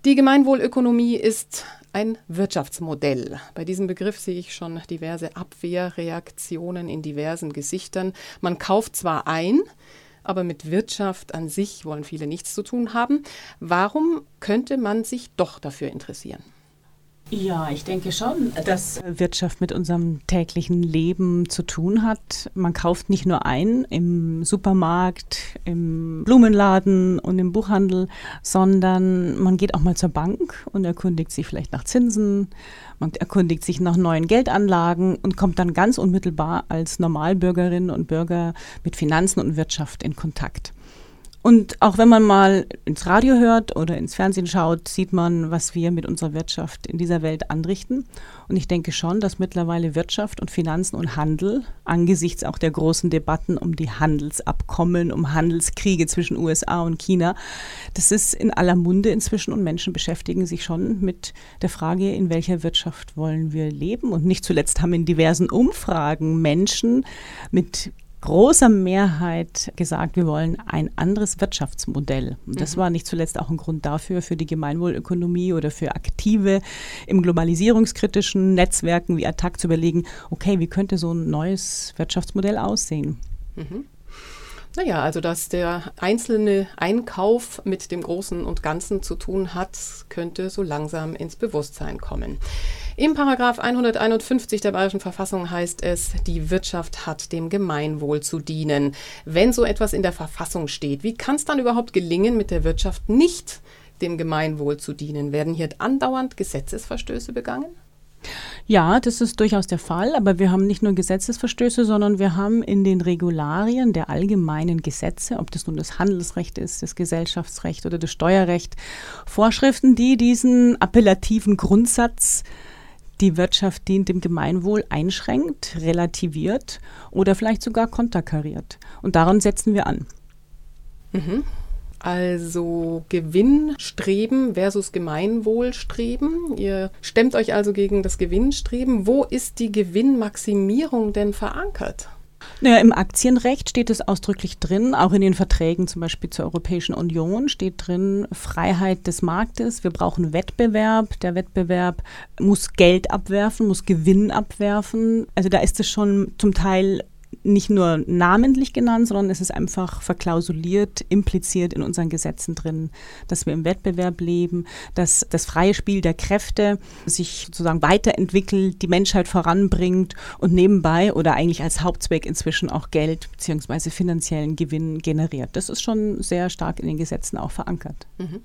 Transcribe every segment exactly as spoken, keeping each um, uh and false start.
Die Gemeinwohlökonomie ist ein Wirtschaftsmodell. Bei diesem Begriff sehe ich schon diverse Abwehrreaktionen in diversen Gesichtern. Man kauft zwar ein, aber mit Wirtschaft an sich wollen viele nichts zu tun haben. Warum könnte man sich doch dafür interessieren? Ja, ich denke schon, dass Wirtschaft mit unserem täglichen Leben zu tun hat. Man kauft nicht nur ein im Supermarkt, im Blumenladen und im Buchhandel, sondern man geht auch mal zur Bank und erkundigt sich vielleicht nach Zinsen, man erkundigt sich nach neuen Geldanlagen und kommt dann ganz unmittelbar als Normalbürgerinnen und Bürger mit Finanzen und Wirtschaft in Kontakt. Und auch wenn man mal ins Radio hört oder ins Fernsehen schaut, sieht man, was wir mit unserer Wirtschaft in dieser Welt anrichten. Und ich denke schon, dass mittlerweile Wirtschaft und Finanzen und Handel angesichts auch der großen Debatten um die Handelsabkommen, um Handelskriege zwischen U S A und China, das ist in aller Munde inzwischen und Menschen beschäftigen sich schon mit der Frage, in welcher Wirtschaft wollen wir leben. Und nicht zuletzt haben in diversen Umfragen Menschen mit großer Mehrheit gesagt, wir wollen ein anderes Wirtschaftsmodell. Und das mhm. war nicht zuletzt auch ein Grund dafür, für die Gemeinwohlökonomie oder für Aktive im globalisierungskritischen Netzwerken wie Attac zu überlegen, okay, wie könnte so ein neues Wirtschaftsmodell aussehen? Mhm. Naja, also dass der einzelne Einkauf mit dem Großen und Ganzen zu tun hat, könnte so langsam ins Bewusstsein kommen. Im Paragraph hunderteinundfünfzig der Bayerischen Verfassung heißt es, die Wirtschaft hat dem Gemeinwohl zu dienen. Wenn so etwas in der Verfassung steht, wie kann es dann überhaupt gelingen, mit der Wirtschaft nicht dem Gemeinwohl zu dienen? Werden hier andauernd Gesetzesverstöße begangen? Ja, das ist durchaus der Fall, aber wir haben nicht nur Gesetzesverstöße, sondern wir haben in den Regularien der allgemeinen Gesetze, ob das nun das Handelsrecht ist, das Gesellschaftsrecht oder das Steuerrecht, Vorschriften, die diesen appellativen Grundsatz, die Wirtschaft dient dem Gemeinwohl, einschränkt, relativiert oder vielleicht sogar konterkariert. Und daran setzen wir an. Mhm. Also Gewinnstreben versus Gemeinwohlstreben. Ihr stemmt euch also gegen das Gewinnstreben. Wo ist die Gewinnmaximierung denn verankert? Naja, im Aktienrecht steht es ausdrücklich drin, auch in den Verträgen zum Beispiel zur Europäischen Union steht drin, Freiheit des Marktes, wir brauchen Wettbewerb, der Wettbewerb muss Geld abwerfen, muss Gewinn abwerfen, also da ist es schon zum Teil nicht nur namentlich genannt, sondern es ist einfach verklausuliert, impliziert in unseren Gesetzen drin, dass wir im Wettbewerb leben, dass das freie Spiel der Kräfte sich sozusagen weiterentwickelt, die Menschheit voranbringt und nebenbei oder eigentlich als Hauptzweck inzwischen auch Geld bzw. finanziellen Gewinn generiert. Das ist schon sehr stark in den Gesetzen auch verankert. Mhm.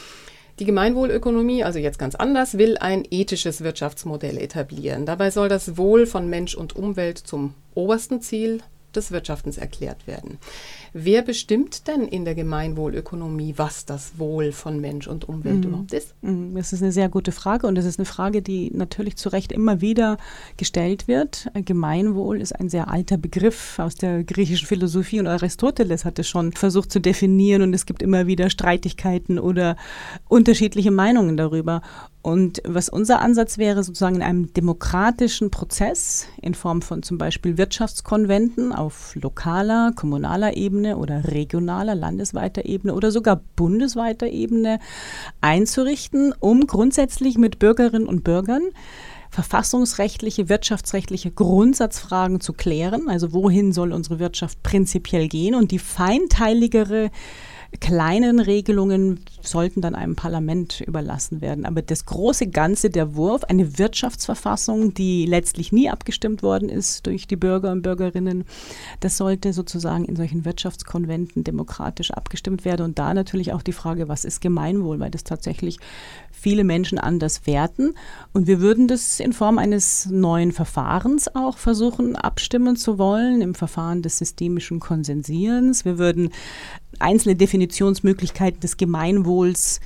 Die Gemeinwohlökonomie, also jetzt ganz anders, will ein ethisches Wirtschaftsmodell etablieren. Dabei soll das Wohl von Mensch und Umwelt zum obersten Ziel des Wirtschaftens erklärt werden. Wer bestimmt denn in der Gemeinwohlökonomie, was das Wohl von Mensch und Umwelt mhm. überhaupt ist? Das ist eine sehr gute Frage und das ist eine Frage, die natürlich zu Recht immer wieder gestellt wird. Gemeinwohl ist ein sehr alter Begriff aus der griechischen Philosophie und Aristoteles hat es schon versucht zu definieren und es gibt immer wieder Streitigkeiten oder unterschiedliche Meinungen darüber. Und was unser Ansatz wäre, sozusagen in einem demokratischen Prozess in Form von zum Beispiel Wirtschaftskonventen auf lokaler, kommunaler Ebene oder regionaler, landesweiter Ebene oder sogar bundesweiter Ebene einzurichten, um grundsätzlich mit Bürgerinnen und Bürgern verfassungsrechtliche, wirtschaftsrechtliche Grundsatzfragen zu klären. Also wohin soll unsere Wirtschaft prinzipiell gehen? Und die feinteiligere kleinen Regelungen sollten dann einem Parlament überlassen werden. Aber das große Ganze, der Wurf, eine Wirtschaftsverfassung, die letztlich nie abgestimmt worden ist durch die Bürger und Bürgerinnen, das sollte sozusagen in solchen Wirtschaftskonventen demokratisch abgestimmt werden. Und da natürlich auch die Frage, was ist Gemeinwohl, weil das tatsächlich viele Menschen anders werten. Und wir würden das in Form eines neuen Verfahrens auch versuchen, abstimmen zu wollen, im Verfahren des systemischen Konsensierens. Wir würden einzelne Definitionsmöglichkeiten des Gemeinwohls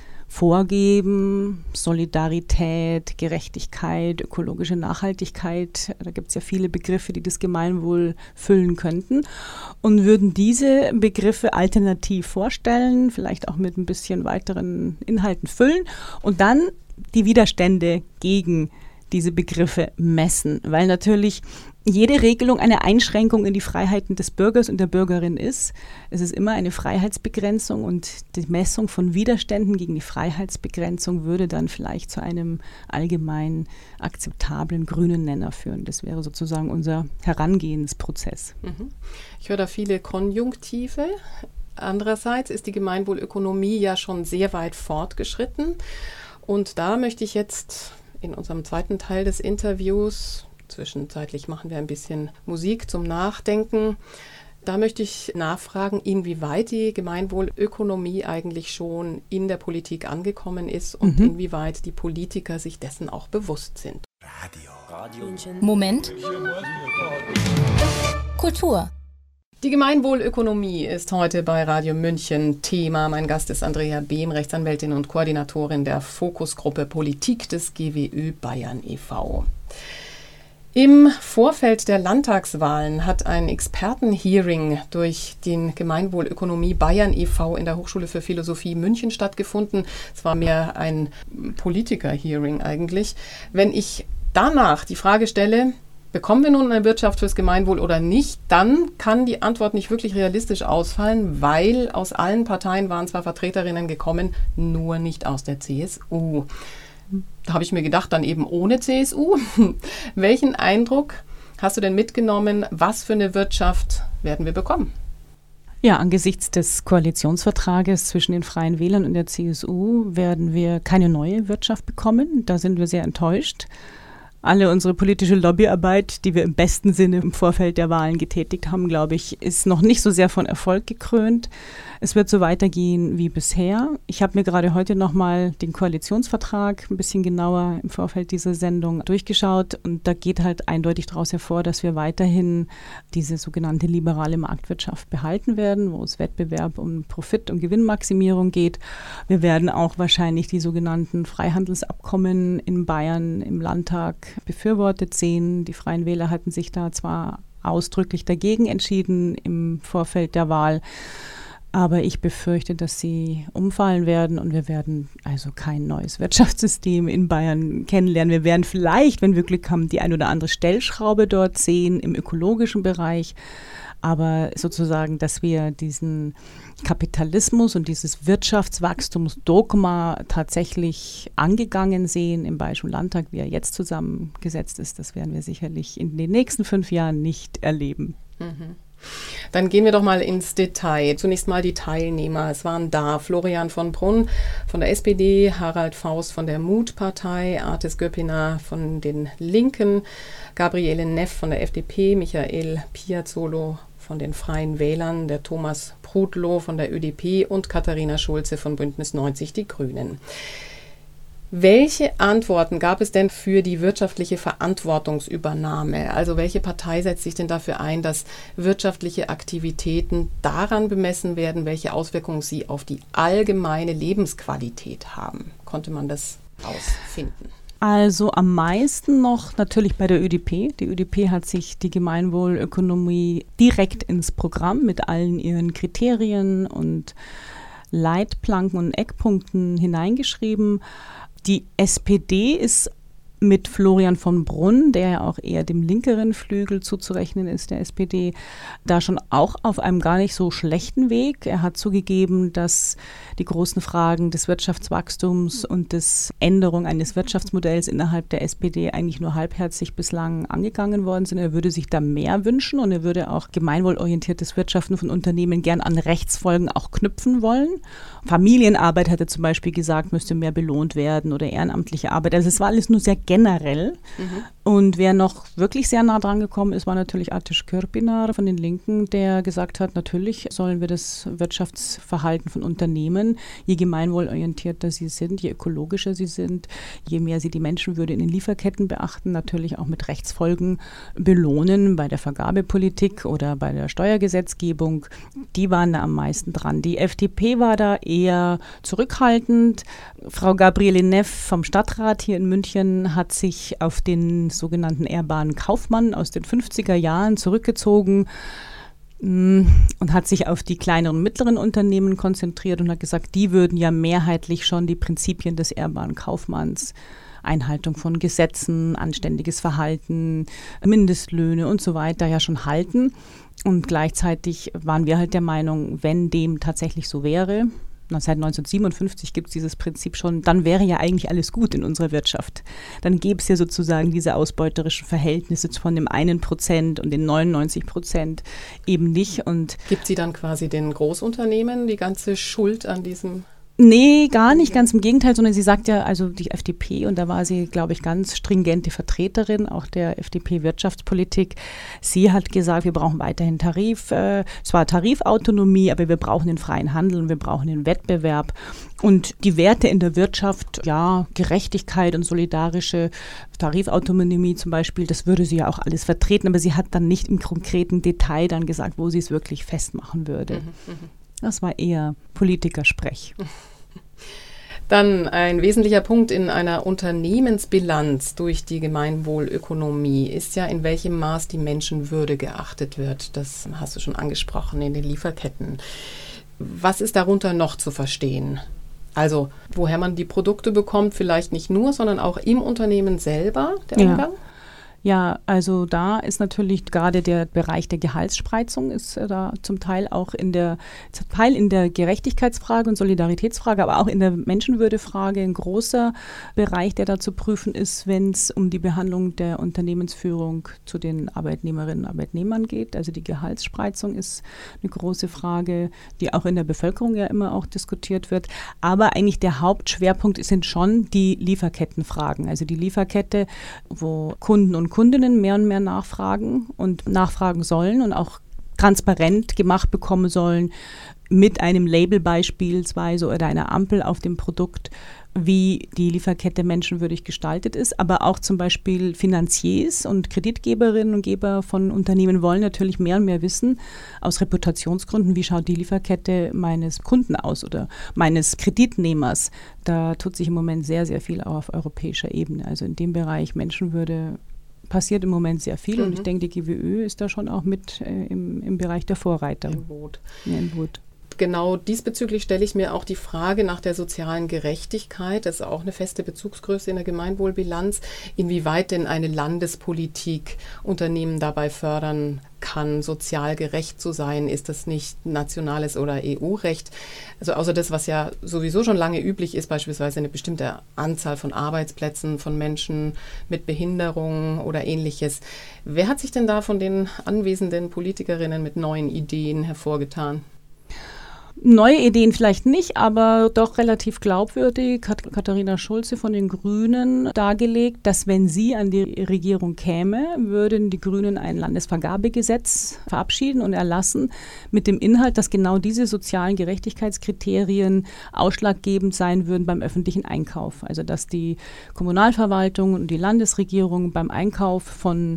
vorgeben, Solidarität, Gerechtigkeit, ökologische Nachhaltigkeit, da gibt es ja viele Begriffe, die das Gemeinwohl füllen könnten und würden diese Begriffe alternativ vorstellen, vielleicht auch mit ein bisschen weiteren Inhalten füllen und dann die Widerstände gegen diese Begriffe messen, weil natürlich jede Regelung eine Einschränkung in die Freiheiten des Bürgers und der Bürgerin ist. Es ist immer eine Freiheitsbegrenzung und die Messung von Widerständen gegen die Freiheitsbegrenzung würde dann vielleicht zu einem allgemein akzeptablen grünen Nenner führen. Das wäre sozusagen unser Herangehensprozess. Ich höre da viele Konjunktive. Andererseits ist die Gemeinwohlökonomie ja schon sehr weit fortgeschritten. Und da möchte ich jetzt in unserem zweiten Teil des Interviews, zwischenzeitlich machen wir ein bisschen Musik zum Nachdenken, da möchte ich nachfragen, inwieweit die Gemeinwohlökonomie eigentlich schon in der Politik angekommen ist und mhm. inwieweit die Politiker sich dessen auch bewusst sind. Radio. Radio. Moment. Kultur. Die Gemeinwohlökonomie ist heute bei Radio München Thema. Mein Gast ist Andrea Behm, Rechtsanwältin und Koordinatorin der Fokusgruppe Politik des G W Ö Bayern e V Im Vorfeld der Landtagswahlen hat ein Expertenhearing durch den Gemeinwohlökonomie Bayern e V in der Hochschule für Philosophie München stattgefunden. Es war mehr ein Politiker-Hearing eigentlich. Wenn ich danach die Frage stelle, bekommen wir nun eine Wirtschaft fürs Gemeinwohl oder nicht, dann kann die Antwort nicht wirklich realistisch ausfallen, weil aus allen Parteien waren zwar Vertreterinnen gekommen, nur nicht aus der C S U. Da habe ich mir gedacht, dann eben ohne C S U. Welchen Eindruck hast du denn mitgenommen? Was für eine Wirtschaft werden wir bekommen? Ja, angesichts des Koalitionsvertrages zwischen den Freien Wählern und der C S U werden wir keine neue Wirtschaft bekommen. Da sind wir sehr enttäuscht. Alle unsere politische Lobbyarbeit, die wir im besten Sinne im Vorfeld der Wahlen getätigt haben, glaube ich, ist noch nicht so sehr von Erfolg gekrönt. Es wird so weitergehen wie bisher. Ich habe mir gerade heute nochmal den Koalitionsvertrag ein bisschen genauer im Vorfeld dieser Sendung durchgeschaut und da geht halt eindeutig daraus hervor, dass wir weiterhin diese sogenannte liberale Marktwirtschaft behalten werden, wo es Wettbewerb um Profit- und Gewinnmaximierung geht. Wir werden auch wahrscheinlich die sogenannten Freihandelsabkommen in Bayern im Landtag befürwortet sehen. Die Freien Wähler hatten sich da zwar ausdrücklich dagegen entschieden im Vorfeld der Wahl, aber ich befürchte, dass sie umfallen werden und wir werden also kein neues Wirtschaftssystem in Bayern kennenlernen. Wir werden vielleicht, wenn wir Glück haben, die ein oder andere Stellschraube dort sehen im ökologischen Bereich. Aber sozusagen, dass wir diesen Kapitalismus und dieses Wirtschaftswachstumsdogma tatsächlich angegangen sehen im Bayerischen Landtag, wie er jetzt zusammengesetzt ist, das werden wir sicherlich in den nächsten fünf Jahren nicht erleben. Mhm. Dann gehen wir doch mal ins Detail. Zunächst mal die Teilnehmer. Es waren da Florian von Brunn von der S P D, Harald Faust von der Mut-Partei, Artis Göppiner von den Linken, Gabriele Neff von der F D P, Michael Piazzolo von den Freien Wählern, der Thomas Prudlow von der Ö D P und Katharina Schulze von Bündnis neunzig Die Grünen. Welche Antworten gab es denn für die wirtschaftliche Verantwortungsübernahme? Also welche Partei setzt sich denn dafür ein, dass wirtschaftliche Aktivitäten daran bemessen werden, welche Auswirkungen sie auf die allgemeine Lebensqualität haben? Konnte man das rausfinden? Also am meisten noch natürlich bei der Ö D P. Die Ö D P hat sich die Gemeinwohlökonomie direkt ins Programm mit allen ihren Kriterien und Leitplanken und Eckpunkten hineingeschrieben. Die S P D ist mit Florian von Brunn, der ja auch eher dem linkeren Flügel zuzurechnen ist, der S P D, da schon auch auf einem gar nicht so schlechten Weg. Er hat zugegeben, dass die großen Fragen des Wirtschaftswachstums und des Änderung eines Wirtschaftsmodells innerhalb der S P D eigentlich nur halbherzig bislang angegangen worden sind. Er würde sich da mehr wünschen und er würde auch gemeinwohlorientiertes Wirtschaften von Unternehmen gern an Rechtsfolgen auch knüpfen wollen. Familienarbeit, hat er zum Beispiel gesagt, müsste mehr belohnt werden oder ehrenamtliche Arbeit. Also es war alles nur sehr generell. Mhm. Und wer noch wirklich sehr nah dran gekommen ist, war natürlich Artis Göppiner von den Linken, der gesagt hat, natürlich sollen wir das Wirtschaftsverhalten von Unternehmen, je gemeinwohlorientierter sie sind, je ökologischer sie sind, je mehr sie die Menschenwürde in den Lieferketten beachten, natürlich auch mit Rechtsfolgen belohnen bei der Vergabepolitik oder bei der Steuergesetzgebung. Die waren da am meisten dran. Die F D P war da eher zurückhaltend. Frau Gabriele Neff vom Stadtrat hier in München hat sich auf den sogenannten ehrbaren Kaufmann aus den fünfziger Jahren zurückgezogen mh, und hat sich auf die kleineren und mittleren Unternehmen konzentriert und hat gesagt, die würden ja mehrheitlich schon die Prinzipien des ehrbaren Kaufmanns Einhaltung von Gesetzen, anständiges Verhalten, Mindestlöhne und so weiter ja schon halten. Und gleichzeitig waren wir halt der Meinung, wenn dem tatsächlich so wäre, seit neunzehnhundertsiebenundfünfzig gibt es dieses Prinzip schon, dann wäre ja eigentlich alles gut in unserer Wirtschaft. Dann gäbe es ja sozusagen diese ausbeuterischen Verhältnisse von dem einen Prozent und den neunundneunzig Prozent eben nicht. Und gibt sie dann quasi den Großunternehmen die ganze Schuld an diesem? Nee, gar nicht, ganz im Gegenteil, sondern sie sagt ja, also die F D P, und da war sie, glaube ich, ganz stringente Vertreterin auch der F D P-Wirtschaftspolitik. Sie hat gesagt, wir brauchen weiterhin Tarif, äh, zwar Tarifautonomie, aber wir brauchen den freien Handel und wir brauchen den Wettbewerb. Und die Werte in der Wirtschaft, ja, Gerechtigkeit und solidarische Tarifautonomie zum Beispiel, das würde sie ja auch alles vertreten, aber sie hat dann nicht im konkreten Detail dann gesagt, wo sie es wirklich festmachen würde. Mhm, mh. Das war eher Politikersprech. Dann ein wesentlicher Punkt in einer Unternehmensbilanz durch die Gemeinwohlökonomie ist ja, in welchem Maß die Menschenwürde geachtet wird. Das hast du schon angesprochen in den Lieferketten. Was ist darunter noch zu verstehen? Also, woher man die Produkte bekommt, vielleicht nicht nur, sondern auch im Unternehmen selber, der Umgang? Ja. Ja, also da ist natürlich gerade der Bereich der Gehaltsspreizung ist äh, da zum Teil auch in der zum Teil in der Gerechtigkeitsfrage und Solidaritätsfrage, aber auch in der Menschenwürdefrage ein großer Bereich, der da zu prüfen ist, wenn es um die Behandlung der Unternehmensführung zu den Arbeitnehmerinnen und Arbeitnehmern geht. Also die Gehaltsspreizung ist eine große Frage, die auch in der Bevölkerung ja immer auch diskutiert wird. Aber eigentlich der Hauptschwerpunkt sind schon die Lieferkettenfragen. Also die Lieferkette, wo Kunden und Kundinnen mehr und mehr nachfragen und nachfragen sollen und auch transparent gemacht bekommen sollen mit einem Label beispielsweise oder einer Ampel auf dem Produkt, wie die Lieferkette menschenwürdig gestaltet ist. Aber auch zum Beispiel Finanziers und Kreditgeberinnen und Geber von Unternehmen wollen natürlich mehr und mehr wissen, aus Reputationsgründen, wie schaut die Lieferkette meines Kunden aus oder meines Kreditnehmers. Da tut sich im Moment sehr, sehr viel auch auf europäischer Ebene. Also in dem Bereich Menschenwürde passiert im Moment sehr viel, mhm. und ich denke, die G W Ö ist da schon auch mit äh, im, im Bereich der Vorreiter. Im Boot. Ja, im Boot. Genau diesbezüglich stelle ich mir auch die Frage nach der sozialen Gerechtigkeit. Das ist auch eine feste Bezugsgröße in der Gemeinwohlbilanz, inwieweit denn eine Landespolitik Unternehmen dabei fördern kann, sozial gerecht zu sein. Ist das nicht nationales oder E U-Recht? Also außer das, was ja sowieso schon lange üblich ist, beispielsweise eine bestimmte Anzahl von Arbeitsplätzen von Menschen mit Behinderung oder ähnliches. Wer hat sich denn da von den anwesenden Politikerinnen mit neuen Ideen hervorgetan? Neue Ideen vielleicht nicht, aber doch relativ glaubwürdig hat Katharina Schulze von den Grünen dargelegt, dass wenn sie an die Regierung käme, würden die Grünen ein Landesvergabegesetz verabschieden und erlassen mit dem Inhalt, dass genau diese sozialen Gerechtigkeitskriterien ausschlaggebend sein würden beim öffentlichen Einkauf. Also dass die Kommunalverwaltung und die Landesregierung beim Einkauf von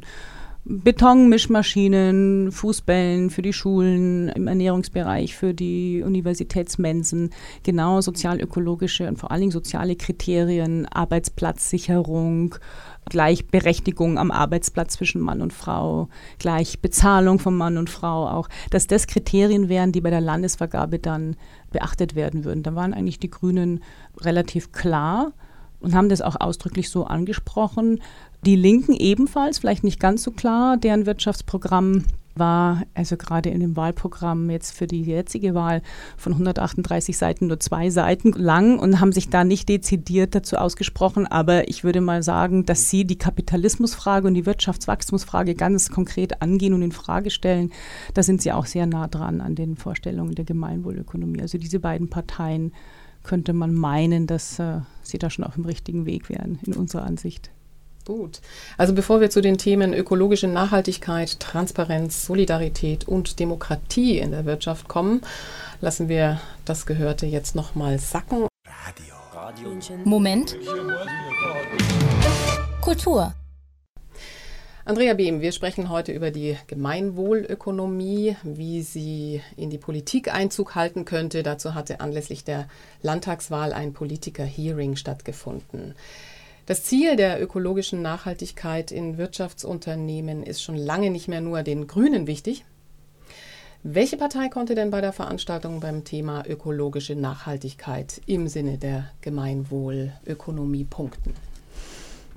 Betonmischmaschinen, Fußbällen für die Schulen, im Ernährungsbereich für die Universitätsmensen, genau sozial-ökologische und vor allen Dingen soziale Kriterien, Arbeitsplatzsicherung, Gleichberechtigung am Arbeitsplatz zwischen Mann und Frau, Gleichbezahlung von Mann und Frau auch, dass das Kriterien wären, die bei der Landesvergabe dann beachtet werden würden. Da waren eigentlich die Grünen relativ klar und haben das auch ausdrücklich so angesprochen. Die Linken ebenfalls, vielleicht nicht ganz so klar, deren Wirtschaftsprogramm war also gerade in dem Wahlprogramm jetzt für die jetzige Wahl von hundertachtunddreißig Seiten nur zwei Seiten lang und haben sich da nicht dezidiert dazu ausgesprochen. Aber ich würde mal sagen, dass sie die Kapitalismusfrage und die Wirtschaftswachstumsfrage ganz konkret angehen und in Frage stellen. Da sind sie auch sehr nah dran an den Vorstellungen der Gemeinwohlökonomie. Also diese beiden Parteien könnte man meinen, dass äh, sie da schon auf dem richtigen Weg wären, in unserer Ansicht. Gut. Also bevor wir zu den Themen ökologische Nachhaltigkeit, Transparenz, Solidarität und Demokratie in der Wirtschaft kommen, lassen wir das Gehörte jetzt nochmal sacken. Radio. Radio. Moment. Kultur. Andrea Behm, wir sprechen heute über die Gemeinwohlökonomie, wie sie in die Politik Einzug halten könnte. Dazu hatte anlässlich der Landtagswahl ein Politiker-Hearing stattgefunden. Das Ziel der ökologischen Nachhaltigkeit in Wirtschaftsunternehmen ist schon lange nicht mehr nur den Grünen wichtig. Welche Partei konnte denn bei der Veranstaltung beim Thema ökologische Nachhaltigkeit im Sinne der Gemeinwohlökonomie punkten?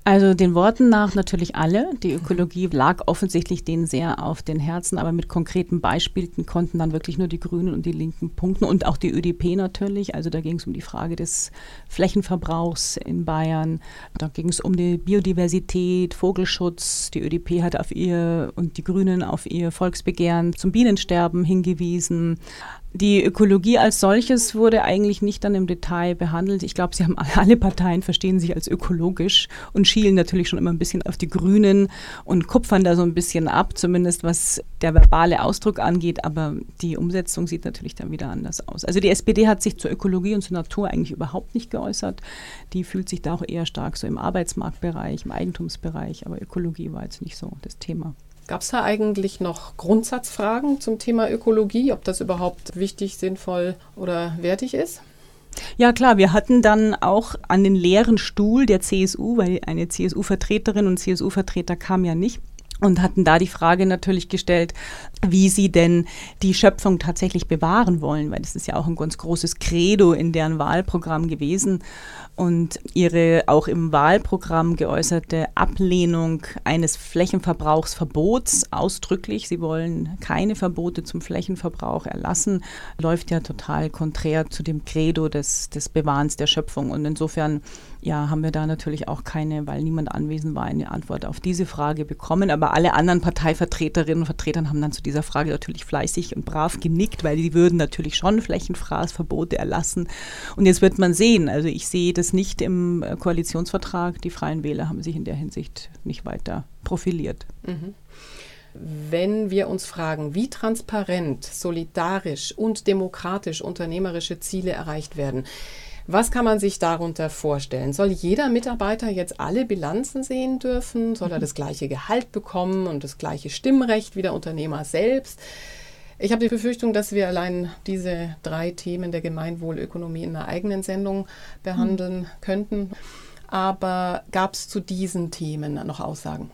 Also den Worten nach natürlich alle. Die Ökologie lag offensichtlich denen sehr auf den Herzen, aber mit konkreten Beispielen konnten dann wirklich nur die Grünen und die Linken punkten und auch die Ö D P natürlich. Also da ging es um die Frage des Flächenverbrauchs in Bayern. Da ging es um die Biodiversität, Vogelschutz. Die Ö D P hat auf ihr und die Grünen auf ihr Volksbegehren zum Bienensterben hingewiesen. Die Ökologie als solches wurde eigentlich nicht dann im Detail behandelt. Ich glaube, sie haben alle Parteien verstehen sich als ökologisch und schielen natürlich schon immer ein bisschen auf die Grünen und kupfern da so ein bisschen ab, zumindest was der verbale Ausdruck angeht. Aber die Umsetzung sieht natürlich dann wieder anders aus. Also die S P D hat sich zur Ökologie und zur Natur eigentlich überhaupt nicht geäußert. Die fühlt sich da auch eher stark so im Arbeitsmarktbereich, im Eigentumsbereich. Aber Ökologie war jetzt nicht so das Thema. Gab es da eigentlich noch Grundsatzfragen zum Thema Ökologie, ob das überhaupt wichtig, sinnvoll oder wertig ist? Ja klar, wir hatten dann auch an den leeren Stuhl der C S U, weil eine C S U-Vertreterin und C S U-Vertreter kamen ja nicht, und hatten da die Frage natürlich gestellt, wie sie denn die Schöpfung tatsächlich bewahren wollen, weil das ist ja auch ein ganz großes Credo in deren Wahlprogramm gewesen. Und ihre auch im Wahlprogramm geäußerte Ablehnung eines Flächenverbrauchsverbots ausdrücklich, sie wollen keine Verbote zum Flächenverbrauch erlassen, läuft ja total konträr zu dem Credo des, des Bewahrens der Schöpfung. Und insofern ja, haben wir da natürlich auch keine, weil niemand anwesend war, eine Antwort auf diese Frage bekommen. Aber alle anderen Parteivertreterinnen und Vertreter haben dann zu dieser Frage natürlich fleißig und brav genickt, weil die würden natürlich schon Flächenfraßverbote erlassen. Und jetzt wird man sehen, also ich sehe das nicht im Koalitionsvertrag. Die Freien Wähler haben sich in der Hinsicht nicht weiter profiliert. Mhm. Wenn wir uns fragen, wie transparent, solidarisch und demokratisch unternehmerische Ziele erreicht werden, was kann man sich darunter vorstellen? Soll jeder Mitarbeiter jetzt alle Bilanzen sehen dürfen? Soll er das gleiche Gehalt bekommen und das gleiche Stimmrecht wie der Unternehmer selbst? Ich habe die Befürchtung, dass wir allein diese drei Themen der Gemeinwohlökonomie in einer eigenen Sendung behandeln mhm. könnten. Aber gab es zu diesen Themen noch Aussagen?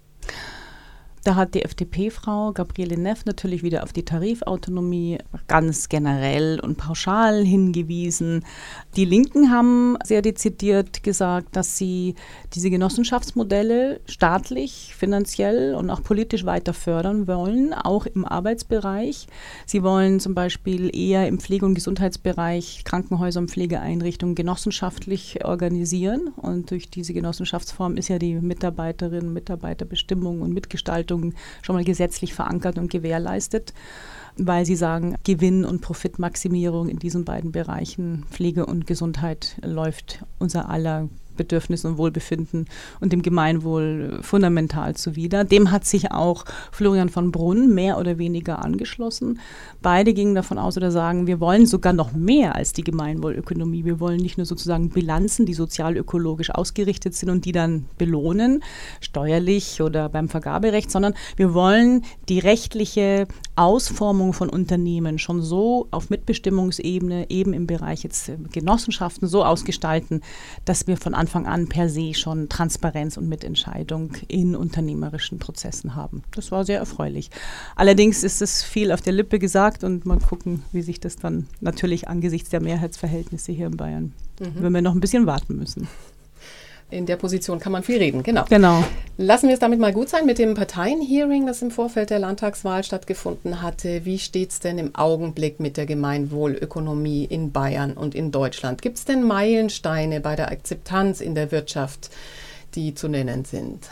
Da hat die F D P-Frau Gabriele Neff natürlich wieder auf die Tarifautonomie ganz generell und pauschal hingewiesen. Die Linken haben sehr dezidiert gesagt, dass sie diese Genossenschaftsmodelle staatlich, finanziell und auch politisch weiter fördern wollen, auch im Arbeitsbereich. Sie wollen zum Beispiel eher im Pflege- und Gesundheitsbereich Krankenhäuser und Pflegeeinrichtungen genossenschaftlich organisieren. Und durch diese Genossenschaftsform ist ja die Mitarbeiterinnen- und Mitarbeiterbestimmung und Mitgestaltung schon mal gesetzlich verankert und gewährleistet, weil sie sagen, Gewinn- und Profitmaximierung in diesen beiden Bereichen, Pflege und Gesundheit, läuft unser aller Bedürfnis und Wohlbefinden und dem Gemeinwohl fundamental zuwider. Dem hat sich auch Florian von Brunn mehr oder weniger angeschlossen. Beide gingen davon aus oder sagen, wir wollen sogar noch mehr als die Gemeinwohlökonomie. Wir wollen nicht nur sozusagen Bilanzen, die sozialökologisch ausgerichtet sind und die dann belohnen, steuerlich oder beim Vergaberecht, sondern wir wollen die rechtliche Ausformung von Unternehmen schon so auf Mitbestimmungsebene, eben im Bereich jetzt Genossenschaften, so ausgestalten, dass wir von Anfang an per se schon Transparenz und Mitentscheidung in unternehmerischen Prozessen haben. Das war sehr erfreulich. Allerdings ist es viel auf der Lippe gesagt und mal gucken, wie sich das dann natürlich angesichts der Mehrheitsverhältnisse hier in Bayern, mhm. wenn wir noch ein bisschen warten müssen. In der Position kann man viel reden, genau. Genau. Lassen wir es damit mal gut sein mit dem Parteienhearing, das im Vorfeld der Landtagswahl stattgefunden hatte. Wie steht es denn im Augenblick mit der Gemeinwohlökonomie in Bayern und in Deutschland? Gibt es denn Meilensteine bei der Akzeptanz in der Wirtschaft, die zu nennen sind?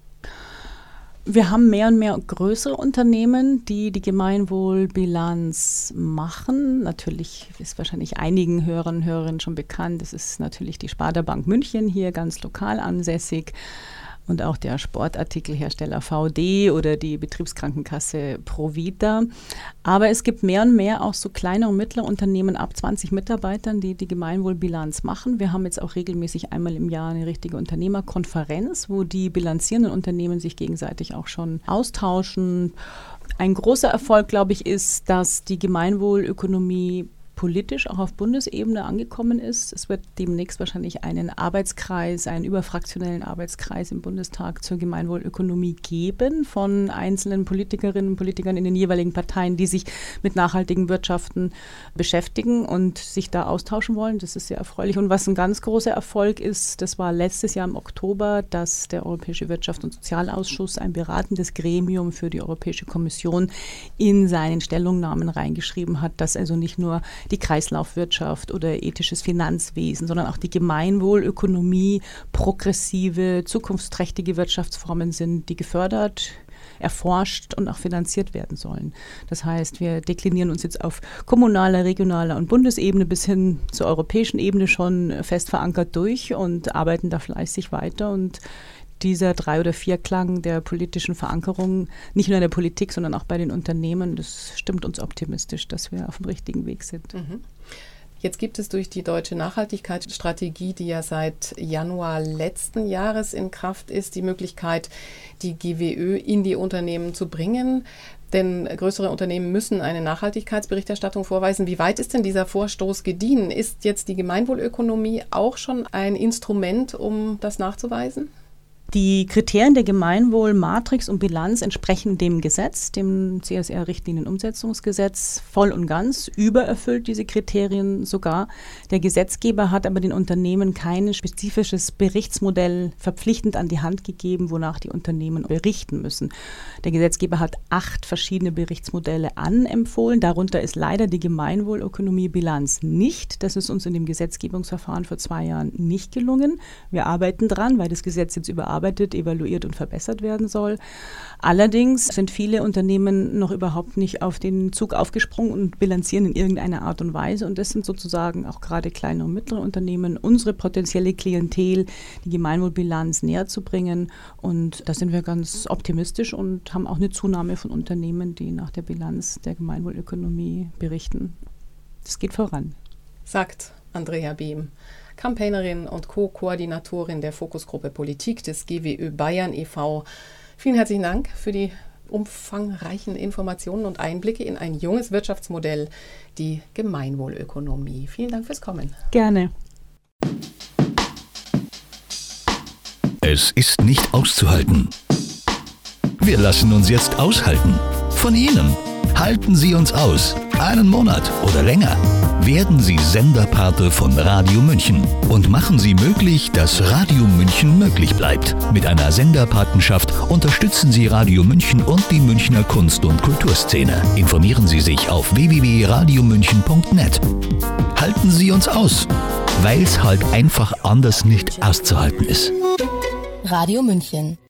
Wir haben mehr und mehr größere Unternehmen, die die Gemeinwohlbilanz machen. Natürlich ist wahrscheinlich einigen Hörern und Hörerinnen schon bekannt. Das ist natürlich die Sparda Bank München, hier ganz lokal ansässig. Und auch der Sportartikelhersteller V D oder die Betriebskrankenkasse Provita. Aber es gibt mehr und mehr auch so kleine und mittlere Unternehmen ab zwanzig Mitarbeitern, die die Gemeinwohlbilanz machen. Wir haben jetzt auch regelmäßig einmal im Jahr eine richtige Unternehmerkonferenz, wo die bilanzierenden Unternehmen sich gegenseitig auch schon austauschen. Ein großer Erfolg, glaube ich, ist, dass die Gemeinwohlökonomie politisch auch auf Bundesebene angekommen ist. Es wird demnächst wahrscheinlich einen Arbeitskreis, einen überfraktionellen Arbeitskreis im Bundestag zur Gemeinwohlökonomie geben von einzelnen Politikerinnen und Politikern in den jeweiligen Parteien, die sich mit nachhaltigen Wirtschaften beschäftigen und sich da austauschen wollen. Das ist sehr erfreulich. Und was ein ganz großer Erfolg ist, das war letztes Jahr im Oktober, dass der Europäische Wirtschafts- und Sozialausschuss ein beratendes Gremium für die Europäische Kommission in seinen Stellungnahmen reingeschrieben hat, dass also nicht nur die Kreislaufwirtschaft oder ethisches Finanzwesen, sondern auch die Gemeinwohlökonomie progressive, zukunftsträchtige Wirtschaftsformen sind, die gefördert, erforscht und auch finanziert werden sollen. Das heißt, wir deklinieren uns jetzt auf kommunaler, regionaler und Bundesebene bis hin zur europäischen Ebene schon fest verankert durch und arbeiten da fleißig weiter. Und dieser Drei- oder Vierklang der politischen Verankerung, nicht nur in der Politik, sondern auch bei den Unternehmen, das stimmt uns optimistisch, dass wir auf dem richtigen Weg sind. Mhm. Jetzt gibt es durch die deutsche Nachhaltigkeitsstrategie, die ja seit Januar letzten Jahres in Kraft ist, die Möglichkeit, die G W Ö in die Unternehmen zu bringen. Denn größere Unternehmen müssen eine Nachhaltigkeitsberichterstattung vorweisen. Wie weit ist denn dieser Vorstoß gediehen? Ist jetzt die Gemeinwohlökonomie auch schon ein Instrument, um das nachzuweisen? Die Kriterien der Gemeinwohl-Matrix und Bilanz entsprechen dem Gesetz, dem C S R-Richtlinien-Umsetzungsgesetz, voll und ganz, übererfüllt diese Kriterien sogar. Der Gesetzgeber hat aber den Unternehmen kein spezifisches Berichtsmodell verpflichtend an die Hand gegeben, wonach die Unternehmen berichten müssen. Der Gesetzgeber hat acht verschiedene Berichtsmodelle anempfohlen. Darunter ist leider die Gemeinwohlökonomie-Bilanz nicht. Das ist uns in dem Gesetzgebungsverfahren vor zwei Jahren nicht gelungen. Wir arbeiten dran, weil das Gesetz jetzt überarbeitet, evaluiert und verbessert werden soll. Allerdings sind viele Unternehmen noch überhaupt nicht auf den Zug aufgesprungen und bilanzieren in irgendeiner Art und Weise. Und das sind sozusagen auch gerade kleine und mittlere Unternehmen, unsere potenzielle Klientel, die Gemeinwohlbilanz näher zu bringen. Und da sind wir ganz optimistisch und haben auch eine Zunahme von Unternehmen, die nach der Bilanz der Gemeinwohlökonomie berichten. Das geht voran. Sagt Andrea Behm, Campaignerin und Co-Koordinatorin der Fokusgruppe Politik des G W Ö Bayern e V Vielen herzlichen Dank für die umfangreichen Informationen und Einblicke in ein junges Wirtschaftsmodell, die Gemeinwohlökonomie. Vielen Dank fürs Kommen. Gerne. Es ist nicht auszuhalten. Wir lassen uns jetzt aushalten. Von Ihnen. Halten Sie uns aus. Einen Monat oder länger. Werden Sie Senderpate von Radio München und machen Sie möglich, dass Radio München möglich bleibt. Mit einer Senderpatenschaft unterstützen Sie Radio München und die Münchner Kunst- und Kulturszene. Informieren Sie sich auf w w w punkt radio münchen punkt net. Halten Sie uns aus, weil es halt einfach anders nicht auszuhalten ist. Radio München.